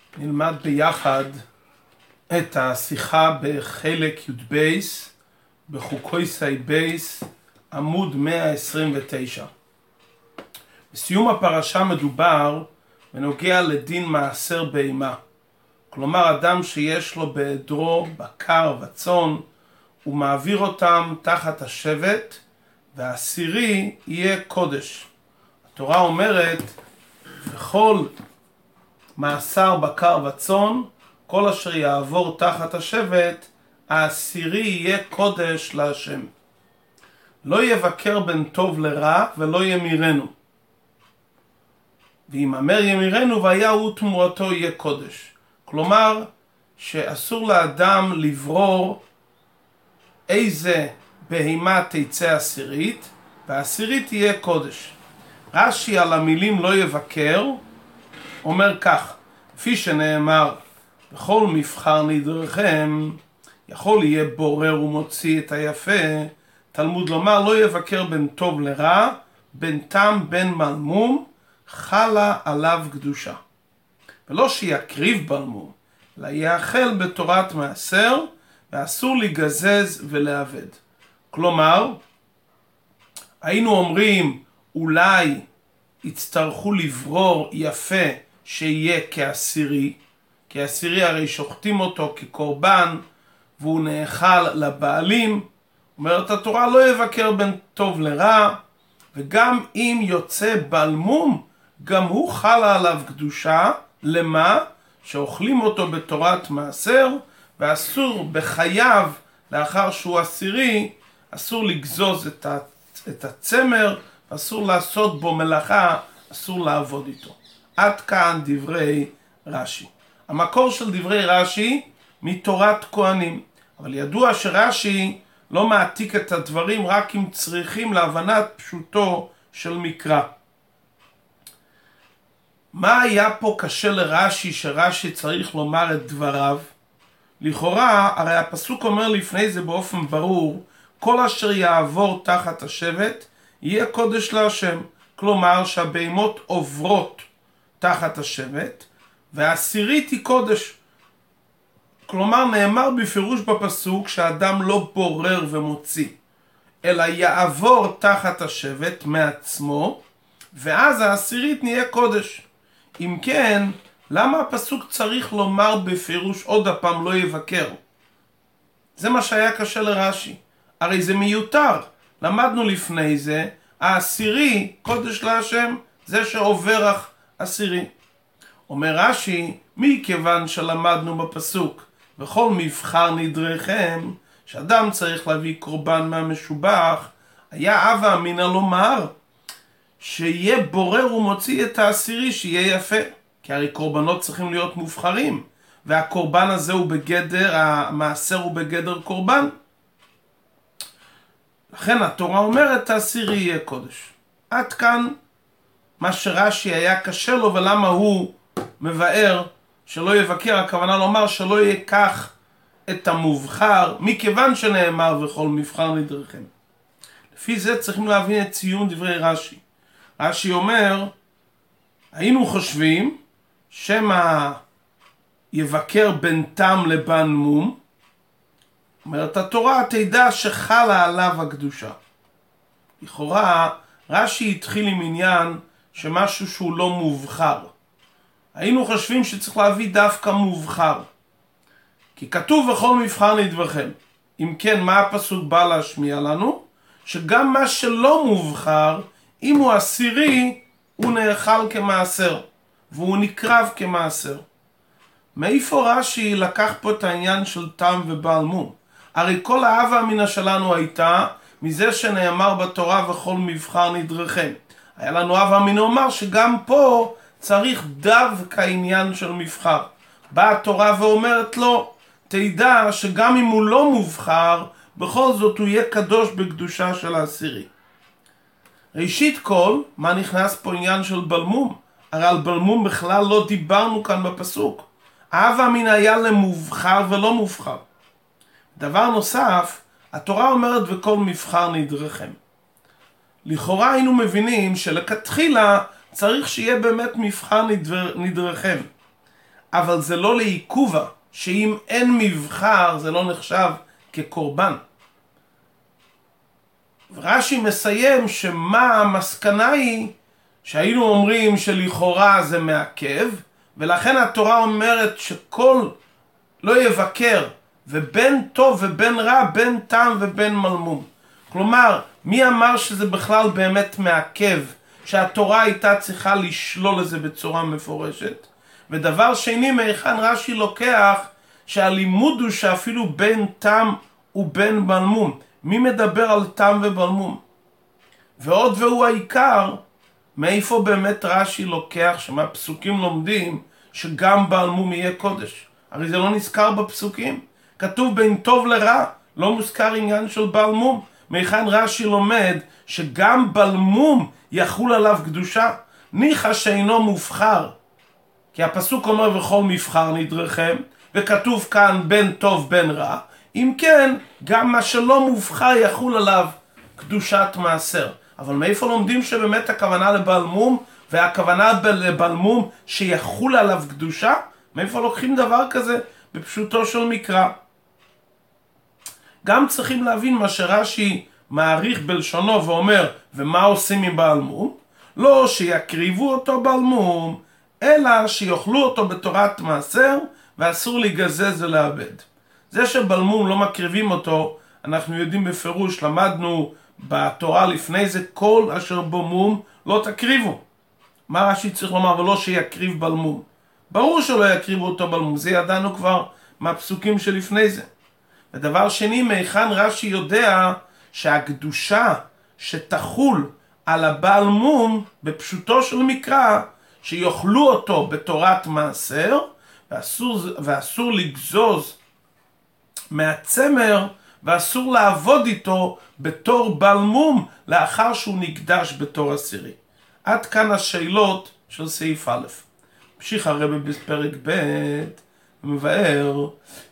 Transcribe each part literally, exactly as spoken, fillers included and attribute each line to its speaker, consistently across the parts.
Speaker 1: נלמד ביחד את השיחה בחלק י' בייס, בחוקויסי בייס, עמוד מאה עשרים ותשע. בסיום הפרשה מדובר בנוגע לדין מעשר בהמה. כלומר, אדם שיש לו בעדרו בקר וצאן, הוא מעביר אותם תחת השבט, והעשירי יהיה קודש. התורה אומרת, בכל מעשר בקר וצאן, כל אשר יעבור תחת השבט, העשירי יהיה קודש להשם. לא יבקר בין טוב לרע ולא ימירנו. וימאמר ימירנו והיה הוא תמורתו יהיה קודש. כלומר, שאסור לאדם לברור איזה בהמה תצא עשירית, והעשירית תהיה קודש. רש"י על המילים לא יבקר, אומר כך, לפי שנאמר, בכל מבחר נדרכם, יכול יהיה בורר ומוציא את היפה, תלמוד לומר לא יבקר בין טוב לרע, בין תם בין מלמום, חלה עליו קדושה. ולא שיקריב בלמום, אלא יאכל בתורת מעשר, ואסור לגזז ולעבד. כלומר, היינו אומרים, אולי יצטרכו לברור יפה שיהיה כעשירי, כי העשירי הרי שוחטים אותו כקורבן, והוא נאכל לבעלים. אומרת התורה לא יבקר בין טוב לרע, וגם אם יוצא בלמום, גם הוא חלה עליו קדושה. למה? שאוכלים אותו בתורת מעשר, ואסור בחייו, לאחר שהוא עשירי, אסור לגזוז את, ה, את הצמר, אסור לעשות בו מלאכה, אסור לעבוד איתו. עד כאן דברי רש"י. המקור של דברי רש"י מתורת כהנים, אבל ידוע שרש"י לא מעתיק את הדברים רק אם צריכים להבנת פשוטו של מקרא. מה היה פה קשה לרש"י שרש"י צריך לומר את דבריו? לכאורה, הרי הפסוק אומר לפני זה באופן ברור, כל אשר יעבור תחת השבט יהיה קודש להשם. כלומר שהבהמות עוברות תחת השבט, והעשירית היא קודש. כלומר נאמר בפירוש בפסוק שהאדם לא בורר ומוציא, אלא יעבור תחת השבט מעצמו, ואז העשירית נהיה קודש. אם כן, למה הפסוק צריך לומר בפירוש עוד הפעם לא יבקר? זה מה שהיה קשה לרש"י. הרי זה מיותר. למדנו לפני זה, העשירי קודש להשם, זה שעובר עשירי. אומר רש"י, מכיוון שלמדנו בפסוק, בכל מבחר נדרכם, שאדם צריך להביא קורבן מהמשובח, היה אבא אמינא לומר, שיהיה בורר ומוציא את העשירי שיהיה יפה. כי הרי קורבנות צריכים להיות מובחרים, והקורבן הזה הוא בגדר, המעשר הוא בגדר קורבן. לכן התורה אומרת העשירי יהיה קודש. עד כאן מה שרש"י היה קשה לו, ולמה הוא מבאר שלא יבקר, הכוונה לומר שלא ייקח את המובחר, מכיוון שנאמר וכל מבחר נדרכם. לפי זה צריכים להבין את ציון דברי רש"י. רש"י אומר, היינו חושבים שמה יבקר בין תם לבין מום, אומרת התורה, תדע שחלה עליו הקדושה. לכאורה, רש"י התחיל עם עניין שמשהו שהוא לא מובחר. היינו חושבים שצריך להביא דווקא מובחר. כי כתוב בכל מבחר נדרכם. אם כן, מה הפסוק בא להשמיע לנו? שגם מה שלא מובחר, אם הוא עשירי, הוא נאכל כמעשר, והוא נקרב כמעשר. מאיפה רש"י לקח פה את העניין של תם ובעל מום? הרי כל האהבה אמינה שלנו הייתה מזה שנאמר בתורה וכל מבחר נדרכם. היה לנו אהבה אמינה אומר שגם פה צריך דווקא עניין של מבחר. באה התורה ואומרת לו, תדע שגם אם הוא לא מובחר, בכל זאת הוא יהיה קדוש בקדושה של העשירי. ראשית כל, מה נכנס פה עניין של בלמום? הרי על בלמום בכלל לא דיברנו כאן בפסוק. האהבה אמינה היה למובחר ולא מובחר. דבר נוסף, התורה אומרת וכל מבחר נדרכם. לכאורה היינו מבינים שלכתחילה צריך שיהיה באמת מבחר נדר, נדרכם. אבל זה לא לעיכובה, שאם אין מבחר זה לא נחשב כקורבן. רש"י מסיים שמה המסקנה היא שהיינו אומרים שלכאורה זה מעכב, ולכן התורה אומרת שכל לא יבקר, ובין טוב ובין רע, בין טעם ובין מלמום. כלומר, מי אמר שזה בכלל באמת מעכב, שהתורה הייתה צריכה לשלול את זה בצורה מפורשת? ודבר שני, מהיכן רש"י לוקח שהלימוד הוא שאפילו בין טעם ובין מלמום. מי מדבר על טעם ומלמום? ועוד והוא העיקר, מאיפה באמת רש"י לוקח שמהפסוקים לומדים שגם מלמום יהיה קודש? הרי זה לא נזכר בפסוקים. כתוב בין טוב לרע, לא מוזכר עניין של מלמום. מהיכן רש"י לומד שגם מלמום יחול עליו קדושה? ניחא שאינו מובחר, כי הפסוק אומר וכל מבחר נדרכם, וכתוב כאן בין טוב בין רע. אם כן, גם מה שלא מובחר יחול עליו קדושת מעשר. אבל מאיפה לומדים שבאמת הכוונה לבלמום, והכוונה לבלמום שיחול עליו קדושה? מאיפה לוקחים דבר כזה בפשוטו של מקרא? גם צריכים להבין מה שרש"י מעריך בלשונו ואומר, ומה עושים עם בלמום? לא שיקריבו אותו בלמום, אלא שיאכלו אותו בתורת מעשר, ואסור להיגזז ולאבד. זה שבלמום לא מקריבים אותו, אנחנו יודעים בפירוש, למדנו בתורה לפני זה, כל אשר בו מום לא תקריבו. מה רש"י צריך לומר? ולא שיקריב בלמום. ברור שלא יקריבו אותו בלמום, זה ידענו כבר מהפסוקים שלפני זה. ודבר שני, מהיכן רש"י יודע שהקדושה שתחול על הבעל מום בפשוטו של מקרא, שיאכלו אותו בתורת מעשר, ואסור, ואסור לגזוז מהצמר, ואסור לעבוד איתו בתור בעל מום לאחר שהוא נקדש בתור עשירי. עד כאן השאלות של סעיף א'. המשיך הרבי בפרק ב' ומבאר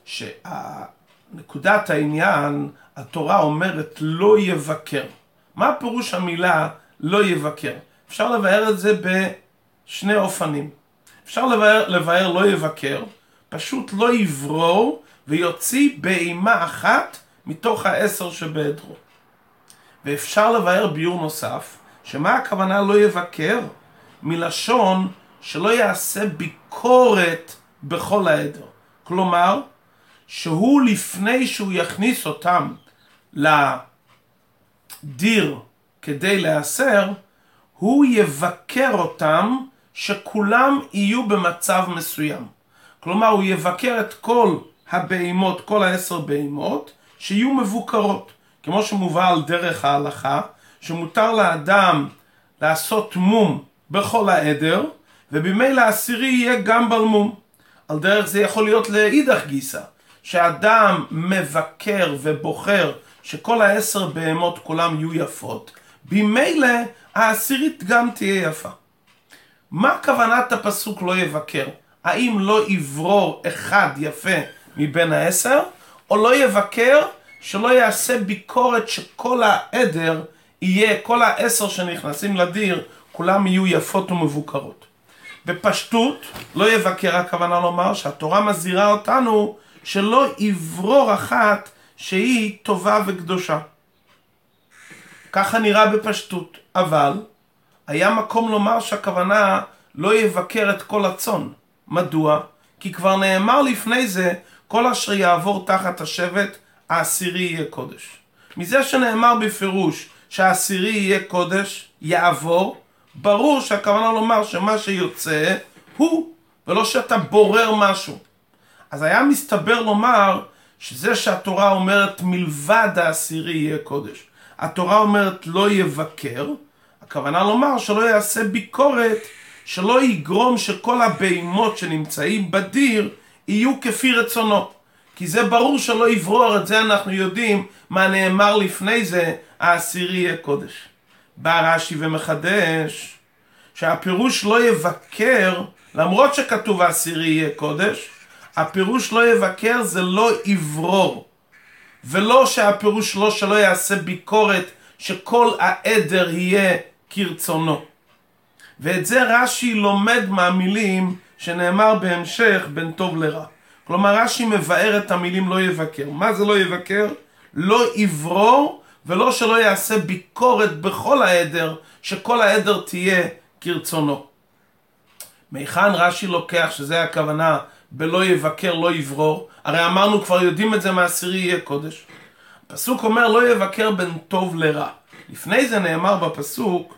Speaker 1: שנקודת העניין, התורה אומרת לא יבקר. מה פירוש המילה לא יבקר? אפשר לבאר את זה בשני אופנים. אפשר לבאר, לבאר לא יבקר, פשוט לא יברור ויוציא בהמה אחת מתוך העשר שבעדרו. ואפשר לבאר ביור נוסף, שמה הכוונה לא יבקר? מלשון שלא יעשה ביקורת בכל העדר. כלומר, שהוא לפני שהוא יכניס אותם לדיר כדי להסר, הוא יבקר אותם שכולם יהיו במצב מסוים. כלומר, הוא יבקר את כל הבהמות, כל העשר בהמות, שיהיו מבוקרות. כמו שמובא על דרך ההלכה, שמותר לאדם לעשות מום בכל העדר, ובמילא העשירי יהיה גם בלמום. על דרך זה יכול להיות לאידך גיסא, שאדם מבקר ובוחר שכל העשר בהמות כולם יהיו יפות, במילא העשירית גם תהיה יפה. מה כוונת הפסוק לא יבקר? האם לא יברור אחד יפה מבין העשר, או לא יבקר שלא יעשה ביקורת שכל העדר יהיה, כל העשר שנכנסים לדיר, כולם יהיו יפות ומבוקרות. בפשטות, לא יבקר, הכוונה לומר שהתורה מזהירה אותנו שלא יברור אחת שהיא טובה וקדושה. ככה נראה בפשטות, אבל היה מקום לומר שהכוונה לא יבקר את כל הצאן. מדוע? כי כבר נאמר לפני זה, כל אשר יעבור תחת השבט, העשירי יהיה קודש. מזה שנאמר בפירוש שהעשירי יהיה קודש, יעבור, ברור שהכוונה לומר שמה שיוצא הוא, ולא שאתה בורר משהו. אז היה מסתבר לומר שזה שהתורה אומרת מלבד העשירי יהיה קודש, התורה אומרת לא יבקר, הכוונה לומר שלא יעשה ביקורת, שלא יגרום שכל הבהמות שנמצאים בדיר יהיו כפי רצונו. כי זה ברור שלא יברור, את זה אנחנו יודעים מה נאמר לפני זה, העשירי יהיה קודש. בא רש"י ומחדש שהפירוש לא יבקר, למרות שכתוב העשירי יהיה קודש, הפירוש לא יבקר זה לא יברור, ולא שהפירוש לא שלא יעשה ביקורת שכל העדר יהיה כרצונו. ואת זה רש"י לומד מהמילים שנאמר בהמשך בין טוב לרע. כלומר רש"י מבאר את המילים לא יבקר. מה זה לא יבקר? לא יברור ולא שלא יעשה ביקורת בכל העדר, שכל העדר תהיה כרצונו. מיכן רש"י לוקח שזה הכוונה בלא יבקר לא יברור? הרי אמרנו כבר יודעים את זה מעשירי יהיה קודש. הפסוק אומר לא יבקר בין טוב לרע. לפני זה נאמר בפסוק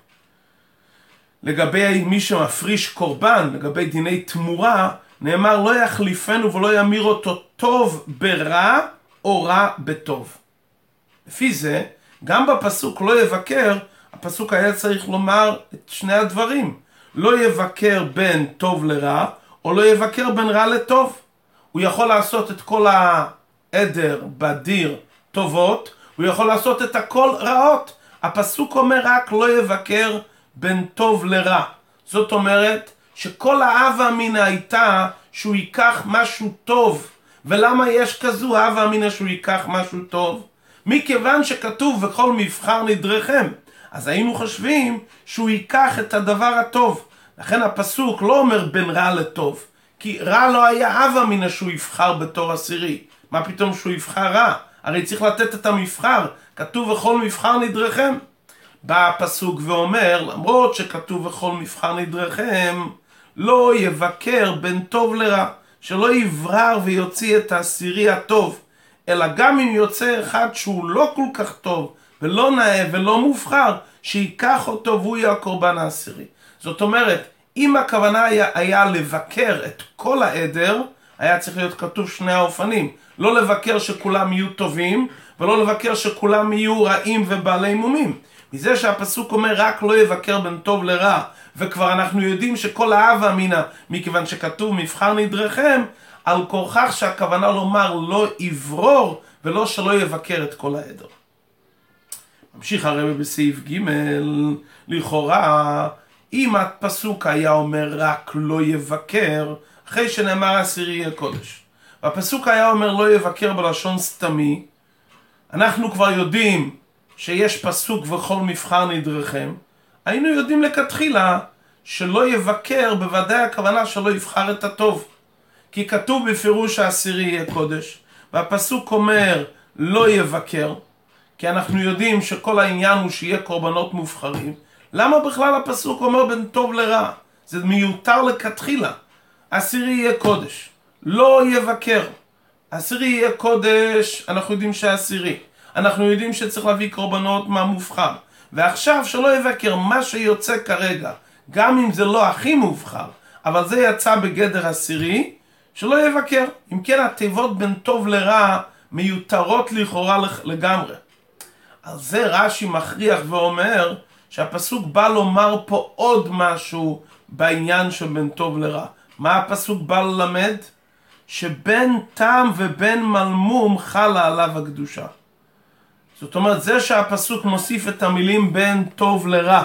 Speaker 1: לגבי מי שמפריש קורבן, לגבי דיני תמורה, נאמר לא יחליפנו ולא ימיר אותו טוב ברע או רע בטוב. לפי זה, גם בפסוק לא יבקר, הפסוק היה צריך לומר את שני הדברים. לא יבקר בין טוב לרע, או לא יבקר בין רע לטוב. הוא יכול לעשות את כל העדר בדיר טובות, הוא יכול לעשות את הכל רעות. הפסוק אומר רק לא יבקר בין טוב לרע. זאת אומרת שכל האהבה אמינה הייתה שהוא ייקח משהו טוב. ולמה יש כזו אהבה אמינה שהוא ייקח משהו טוב? מכיוון שכתוב וכל מבחר נדרכם. אז היינו חושבים שהוא ייקח את הדבר הטוב. לכן הפסוק לא אומר בין רע לטוב. כי רע לא היה אהבה אמינה שהוא יבחר בתור עשירי. מה פתאום שהוא יבחר רע? הרי צריך לתת את המבחר. כתוב וכל מבחר נדרכם. בא הפסוק ואומר, למרות שכתוב וכל מבחר נדרכם, לא יבקר בין טוב לרע, שלא יברר ויוציא את העשירי הטוב, אלא גם אם יוצא אחד שהוא לא כל כך טוב, ולא נאה ולא מובחר, שיקח אותו והוא יהיה הקורבן העשירי. זאת אומרת, אם הכוונה היה, היה לבקר את כל העדר, היה צריך להיות כתוב שני האופנים. לא לבקר שכולם יהיו טובים, ולא לבקר שכולם יהיו רעים ובעלי מומים. מזה שהפסוק אומר רק לא יבקר בין טוב לרע, וכבר אנחנו יודעים שכל האהבה אמינה, מכיוון שכתוב מבחר נדרכם, על כורכך שהכוונה לומר לא יברור, ולא שלא יבקר את כל העדר. ממשיך הרב בסעיף ג', לכאורה, אם הפסוק היה אומר רק לא יבקר, אחרי שנאמר עשירי יהיה קודש, והפסוק היה אומר לא יבקר בלשון סתמי, אנחנו כבר יודעים שיש פסוק וכל מבחר נדרכם, היינו יודעים לכתחילה שלא יבקר, בוודאי הכוונה שלא יבחר את הטוב. כי כתוב בפירוש העשירי יהיה קודש, והפסוק אומר לא יבקר, כי אנחנו יודעים שכל העניין הוא שיהיה קורבנות מובחרים. למה בכלל הפסוק אומר בין טוב לרע? זה מיותר לכתחילה. העשירי יהיה קודש, לא יבקר. העשירי יהיה קודש, אנחנו יודעים שהעשירי. אנחנו יודעים שצריך להביא קורבנות מהמובחר. ועכשיו שלא יבקר מה שיוצא כרגע, גם אם זה לא הכי מובחר, אבל זה יצא בגדר עשירי, שלא יבקר. אם כן התיבות בין טוב לרע מיותרות לכאורה לגמרי. על זה רש"י מכריח ואומר שהפסוק בא לומר פה עוד משהו בעניין של בין טוב לרע. מה הפסוק בא ללמד? שבין טעם ובין מלמום חלה עליו הקדושה. זאת אומרת, זה שהפסוק מוסיף את המילים בין טוב לרע,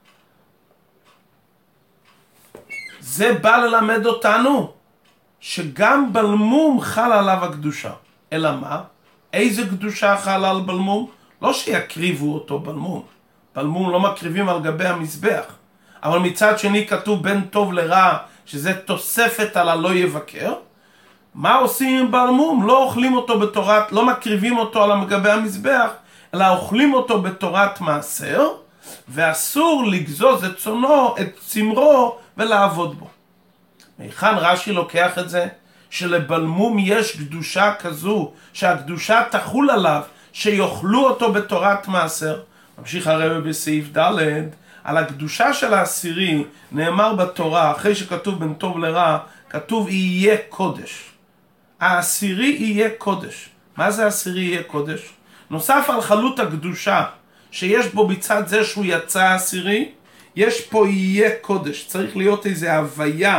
Speaker 1: זה בא ללמד אותנו שגם בלמום חל עליו הקדושה. אלא מה? איזה קדושה חלה על בלמום? לא שיקריבו אותו בלמום. בלמום לא מקריבים על גבי המזבח. אבל מצד שני כתוב בין טוב לרע, שזה תוספת על הלא יבקר. מה עושים עם בלמום? לא אוכלים אותו בתורת, לא מקריבים אותו על גבי המזבח, אלא אוכלים אותו בתורת מעשר, ואסור לגזוז את צונו, את צמרו, ולעבוד בו. מכאן רש"י לוקח את זה, שלבלמום יש קדושה כזו, שהקדושה תחול עליו, שיאכלו אותו בתורת מעשר. ממשיך הרב בסעיף ד', על הקדושה של העשירי, נאמר בתורה, אחרי שכתוב בין טוב לרע, כתוב יהיה קודש. העשירי יהיה קודש. מה זה העשירי יהיה קודש? נוסף על חלות הקדושה, שיש בו בצד זה שהוא יצא עשירי, יש פה יהיה קודש. צריך להיות איזו הוויה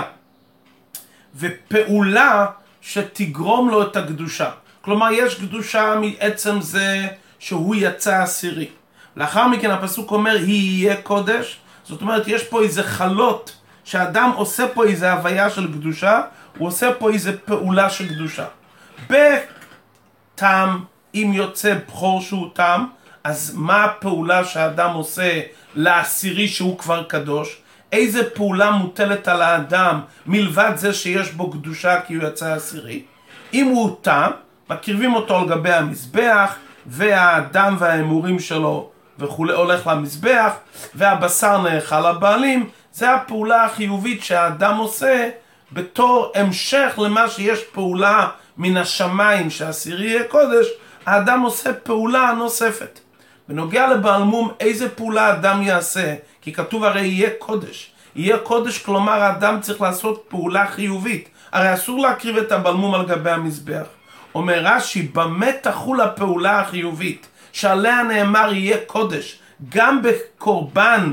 Speaker 1: ופעולה שתגרום לו את הקדושה. כלומר, יש קדושה מעצם זה שהוא יצא עשירי. לאחר מכן הפסוק אומר, יהיה קודש. זאת אומרת, יש פה איזה חלות, שאדם עושה פה איזה הוויה של קדושה, הוא עושה פה איזה פעולה של קדושה. בתם, אם יוצא בחור שהוא תם, אז מה הפעולה שהאדם עושה לעשירי שהוא כבר קדוש? איזה פעולה מוטלת על האדם מלבד זה שיש בו קדושה כי הוא יצא עשירי. אם הוא תם, מקריבים אותו על גבי המזבח, והאדם והאמורים שלו וכולי הולך למזבח, והבשר נאכל לבעלים. זה הפעולה החיובית שהאדם עושה בתור המשך למה שיש פעולה מן השמיים שהעשירי יהיה קודש. האדם עושה פעולה נוספת. בנוגע לבעל מום, איזה פעולה האדם יעשה? כי כתוב הרי יהיה קודש. יהיה קודש, כלומר האדם צריך לעשות פעולה חיובית. הרי אסור להקריב את הבעל מום על גבי המזבח. אומר רש"י, במה תחול הפעולה החיובית שעליה נאמר יהיה קודש? גם בקורבן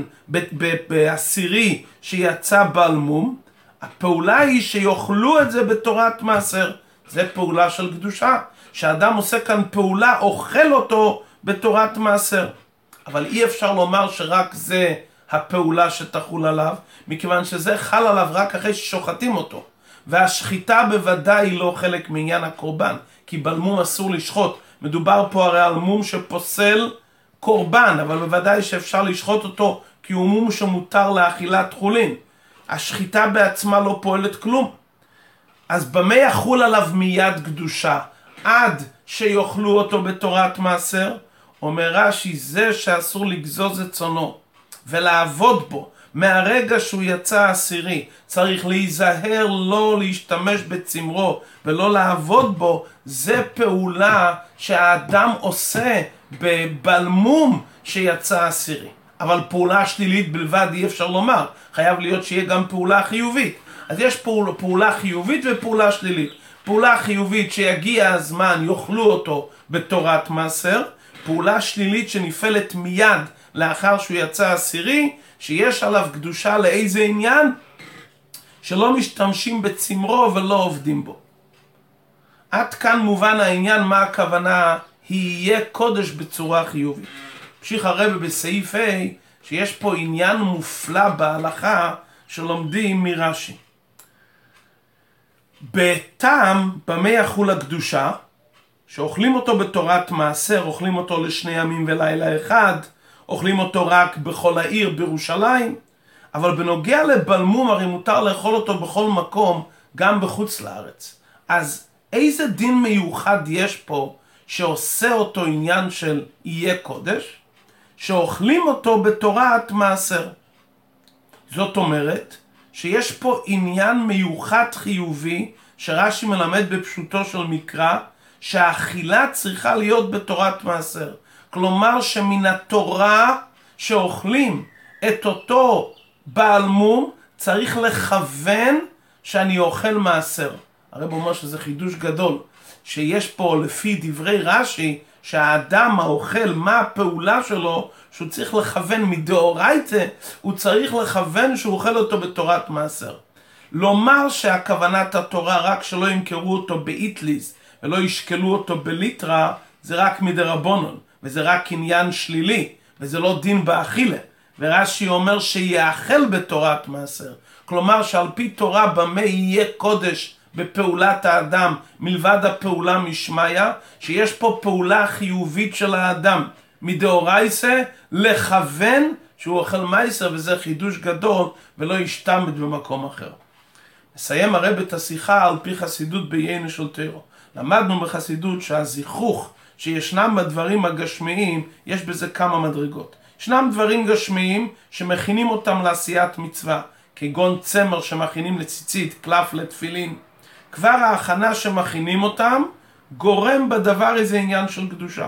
Speaker 1: בעשירי שיצא בעל מום, הפעולה היא שיאכלו את זה בתורת מעשר. זה פעולה של קדושה, שהאדם עושה כאן פעולה, אוכל אותו בתורת מעשר. אבל אי אפשר לומר שרק זה הפעולה שתחול עליו, מכיוון שזה חל עליו רק אחרי ששוחטים אותו. והשחיטה בוודאי היא לא חלק מעניין הקורבן, כי בעל מום אסור לשחוט. מדובר פה הרי על מום שפוסל קורבן, אבל בוודאי שאפשר לשחוט אותו, כי הוא מום שמותר לאכילת חולין. השחיטה בעצמה לא פועלת כלום. אז במה יחול עליו מיד קדושה? עד שיאכלו אותו בתורת מעשר? אומר רש"י, זה שאסור לגזוז את צונו ולעבוד בו מהרגע שהוא יצא עשירי, צריך להיזהר לא להשתמש בצמרו ולא לעבוד בו. זה פעולה שהאדם עושה בבלמום שיצא עשירי. אבל פעולה שלילית בלבד אי אפשר לומר, חייב להיות שיהיה גם פעולה חיובית. אז יש פעול, פעולה חיובית ופעולה שלילית. פעולה חיובית שיגיע הזמן יאכלו אותו בתורת מעשר. פעולה שלילית שנפעלת מיד לאחר שהוא יצא עשירי, שיש עליו קדושה לאיזה עניין? שלא משתמשים בצמרו ולא עובדים בו. עד כאן מובן העניין מה הכוונה יהיה קודש בצורה חיובית. המשיך הרב בסעיף ה' שיש פה עניין מופלא בהלכה שלומדים מרש"י. בטעם במה יחול הקדושה, שאוכלים אותו בתורת מעשר, אוכלים אותו לשני ימים ולילה אחד, אוכלים אותו רק בכל העיר בירושלים, אבל בנוגע לבלמום הרי מותר לאכול אותו בכל מקום, גם בחוץ לארץ. אז איזה דין מיוחד יש פה שעושה אותו עניין של יהיה קודש? שאוכלים אותו בתורת מעשר. זאת אומרת שיש פה עניין מיוחד חיובי שרש"י מלמד בפשוטו של מקרא, שהאכילה צריכה להיות בתורת מעשר. כלומר שמן התורה שאוכלים את אותו בעל מום צריך לכוון שאני אוכל מעשר. הרב אומר שזה חידוש גדול, שיש פה לפי דברי רש"י שהאדם האוכל, מה הפעולה שלו, שהוא צריך לכוון מדאורייתא, הוא צריך לכוון שהוא אוכל אותו בתורת מעשר. לומר שהכוונת התורה רק שלא ימכרו אותו באיטליס ולא ישקלו אותו בליטרה, זה רק מדרבנן, וזה רק עניין שלילי, וזה לא דין באכילה. ורש"י אומר שיאכל בתורת מעשר. כלומר שעל פי תורה במה יהיה קודש בפעולת האדם מלבד הפעולה משמיה, שיש פה פעולה חיובית של האדם מדאורייתא לכוון שהוא אוכל מעשר, וזה חידוש גדול ולא ישתמד במקום אחר. נסיים הרב את השיחה על פי חסידות בעניינו של תורה. למדנו בחסידות שהזיכוך שישנם בדברים הגשמיים, יש בזה כמה מדרגות. ישנם דברים גשמיים שמכינים אותם לעשיית מצווה, כגון צמר שמכינים לציצית, קלף לתפילין. כבר ההכנה שמכינים אותם גורם בדבר איזה עניין של קדושה.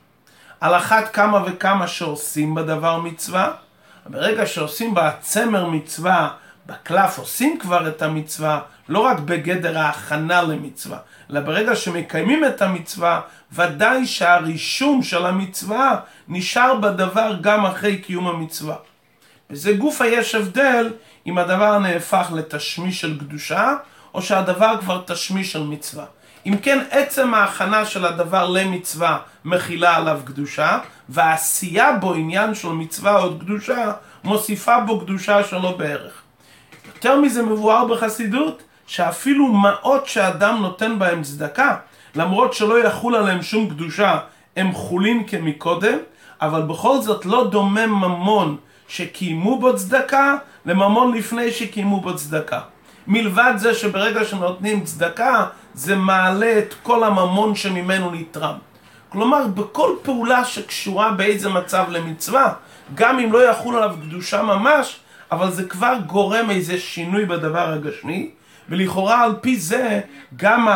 Speaker 1: על אחת כמה וכמה שעושים בדבר מצווה, ברגע שעושים בצמר מצווה, בקלף עושים כבר את המצווה, לא רק בגדר ההכנה למצווה, אלא ברגע שמקיימים את המצווה, ודאי שהרישום של המצווה נשאר בדבר גם אחרי קיום המצווה. בזה גופה יש הבדל אם הדבר נהפך לתשמיש של קדושה, או שהדבר כבר תשמיש של מצווה. אם כן, עצם ההכנה של הדבר למצווה מכילה עליו קדושה, והעשייה בו עניין של מצווה או קדושה, מוסיפה בו קדושה שלו בערך. יותר מזה מבואר בחסידות, שאפילו מעות שאדם נותן בהם צדקה, למרות שלא יחול עליהם שום קדושה, הם חולין כמקודם, אבל בכל זאת לא דומה ממון שקיימו בו צדקה, לממון לפני שקיימו בו צדקה. מלבד זה שברגע שנותנים צדקה, זה מעלה את כל הממון שממנו נתרם. כלומר, בכל פעולה שקשורה באיזה מצב למצווה, גם אם לא יחול עליו קדושה ממש, אבל זה כבר גורם איזה שינוי בדבר הגשמי, ולכאורה על פי זה גם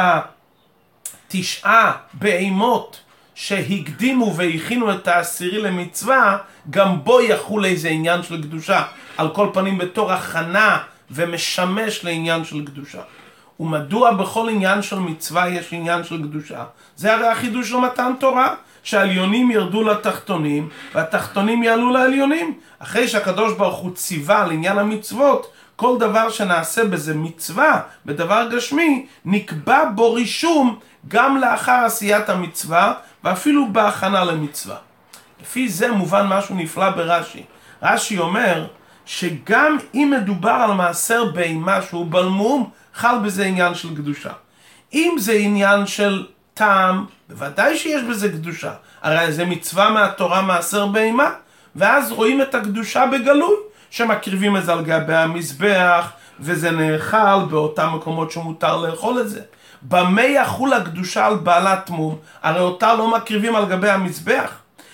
Speaker 1: התשעה בהמות שהקדימו והכינו את העשירי למצווה, גם בו יחול איזה עניין של קדושה, על כל פנים בתור הכנה ומשמש לעניין של קדושה. ומדוע בכל עניין של מצווה יש עניין של קדושה? זה הרי החידוש של מתן תורה, שהעליונים ירדו לתחתונים והתחתונים יעלו לעליונים. אחרי שהקדוש ברוך הוא ציווה לעניין המצוות, כל דבר שנעשה בזה מצווה, בדבר גשמי, נקבע בו רישום גם לאחר עשיית המצווה ואפילו בהכנה למצווה. לפי זה מובן משהו נפלא ברש"י. רש"י אומר שגם אם מדובר על מעשר בהמה שהוא בלמום, חל בזה עניין של קדושה. אם זה עניין של טעם, בוודאי שיש בזה קדושה. הרי זה מצווה מהתורה מעשר בהמה, ואז רואים את הקדושה בגלוי, שמקריבים את זה על גבי המזבח, וזה נאכל באותם מקומות שמותר לאכול את זה. במה יחול הקדושה על בעלת מום? הרי אותה לא מקריבים על גבי המזבח.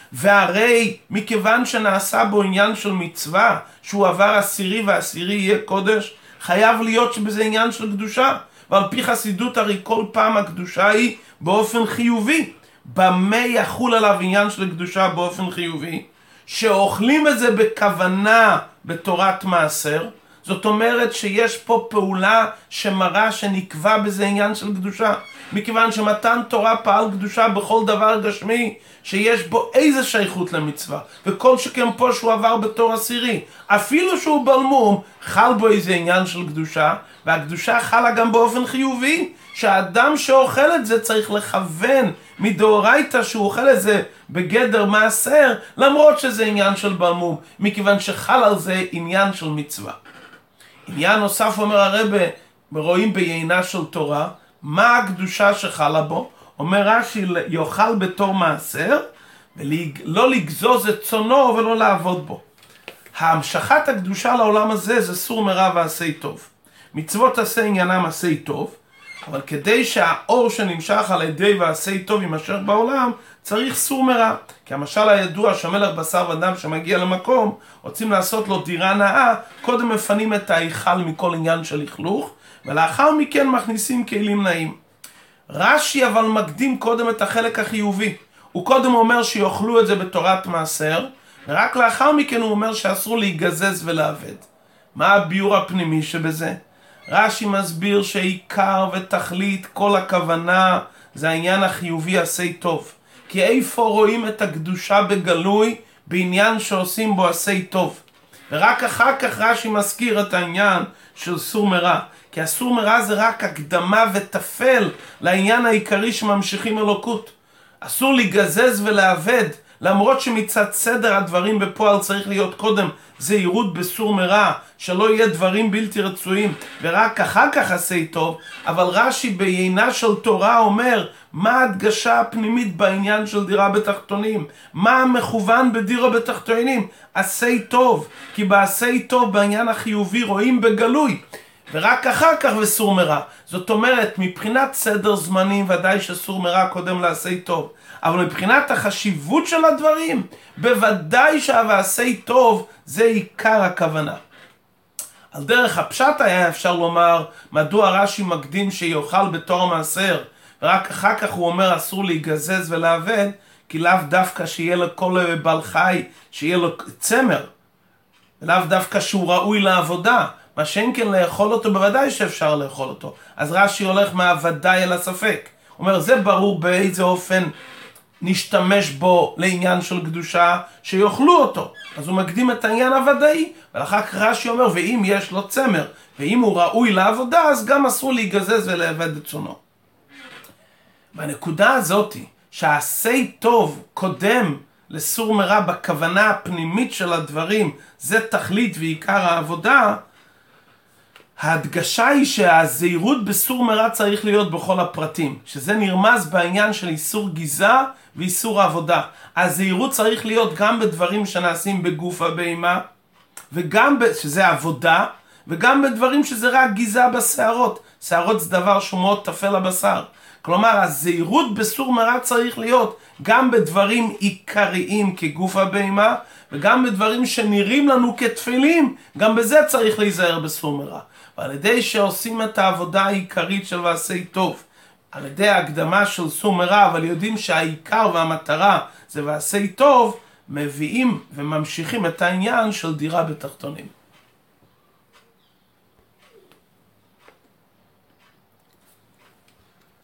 Speaker 1: והרי מכיוון שנעשה בו עניין של מצווה, שהוא עבר עשירי ועשירי יהיה קודש, חייב להיות שבזה עניין של קדושה. ועל פי חסידות הרי כל פעם הקדושה היא באופן חיובי. במה יחול עליו עניין של קדושה באופן חיובי? שאוכלים את זה בכוונה בתורת מעשר, זאת אומרת שיש פה פעולה שמראה שנקבע בזה עניין של קדושה. מכיוון שמתן תורה פעל קדושה בכל דבר גשמי שיש בו איזה שייכות למצווה, וכל שכן פה שהוא עבר בתור עשירי, אפילו שהוא בלמום, חל בו איזה עניין של קדושה, והקדושה חלה גם באופן חיובי, שהאדם שאוכל את זה צריך לכוון מדאורייתא שהוא אוכל את זה בגדר מעשר, למרות שזה עניין של בלמום, מכיוון שחל על זה עניין של מצווה. עניין נוסף אומר הרב, רואים בעיינה של תורה, מה הקדושה שחלה בו? אומר רש"י, יאכל בתור מעשר, ולא לגזוז את צונו ולא לעבוד בו. המשכת הקדושה לעולם הזה זה סור מרע ועשה טוב. מצוות עשה עניינם עשה טוב, אבל כדי שהאור שנמשך על ידי ועשה טוב יימשך בעולם, צריך סור מרע. כי המשל הידוע שמלך בשר ודם שמגיע למקום, רוצים לעשות לו דירה נאה, קודם מפנים את ההיכל מכל עניין של לכלוך, ולאחר מכן מכניסים כלים נאים. רש"י אבל מקדים קודם את החלק החיובי. הוא קודם אומר שיאכלו את זה בתורת מעשר, ורק לאחר מכן הוא אומר שאסור להיגזז ולעבד. מה הביור הפנימי שבזה? רש"י מסביר שעיקר ותכלית כל הכוונה זה העניין החיובי עשה טוב. כי איפה רואים את הקדושה בגלוי? בעניין שעושים בו עשה טוב. ורק אחר כך רש"י מזכיר את העניין של סור מרע. כי הסור מרע זה רק הקדמה ותפל לעניין העיקרי שממשיכים אלוקות. אסור להיגזז ולעבד, למרות שמצד סדר הדברים בפועל צריך להיות קודם זהירות בסור מרע, שלא יהיה דברים בלתי רצויים, ורק אחר כך עשה טוב. אבל רש"י בעיינה של תורה אומר, מה ההדגשה הפנימית בעניין של דירה בתחתונים? מה המכוון בדירה בתחתונים? עשה טוב, כי בעשה טוב בעניין החיובי רואים בגלוי, ורק אחר כך וסור מרע. זאת אומרת, מבחינת סדר זמנים ודאי שסור מרע קודם לעשה טוב, אבל מבחינת החשיבות של הדברים, בוודאי שהעשה טוב זה עיקר הכוונה. על דרך הפשט היה אפשר לומר, מדוע רש"י מקדים שיאכל בתור מעשר, ורק אחר כך הוא אומר אסור להיגזז ולעבד, כי לאו דווקא שיהיה לו כל בעל חי, שיהיה לו צמר, ולאו דווקא שהוא ראוי לעבודה. מה שאין כן לאכול אותו, בוודאי שאפשר לאכול אותו. אז רש"י הולך מהוודאי אל הספק. הוא אומר, זה ברור באיזה אופן נשתמש בו לעניין של קדושה, שיאכלו אותו. אז הוא מקדים את העניין הוודאי, ולאחר כך רש"י אומר, ואם יש לו צמר, ואם הוא ראוי לעבודה, אז גם אסור להיגזז ולעבד את צונו. בנקודה הזאת, שהעשה טוב קודם לסור מרע בכוונה הפנימית של הדברים, זה תכלית ועיקר העבודה, ההדגשה היא שהזהירות בסור מרע צריך להיות בכל הפרטים, שזה נרמז בעניין של איסור גיזה ואיסור עבודה. הזהירות צריך להיות גם בדברים שנעשים בגוף הבהמה, וגם, ב, שזה עבודה, וגם בדברים שזה רק גיזה בשערות. שערות זה דבר שהוא מאוד טפל לבשר. כלומר, הזהירות בסור מרע צריך להיות גם בדברים עיקריים כגוף הבהמה, וגם בדברים שנראים לנו כתפילים, גם בזה צריך להיזהר בסור מרע. ועל ידי שעושים את העבודה העיקרית של ועשי טוב, על ידי ההקדמה של סור מרע, אבל יודעים שהעיקר והמטרה זה ועשי טוב, מביאים וממשיכים את העניין של דירה בתחתונים.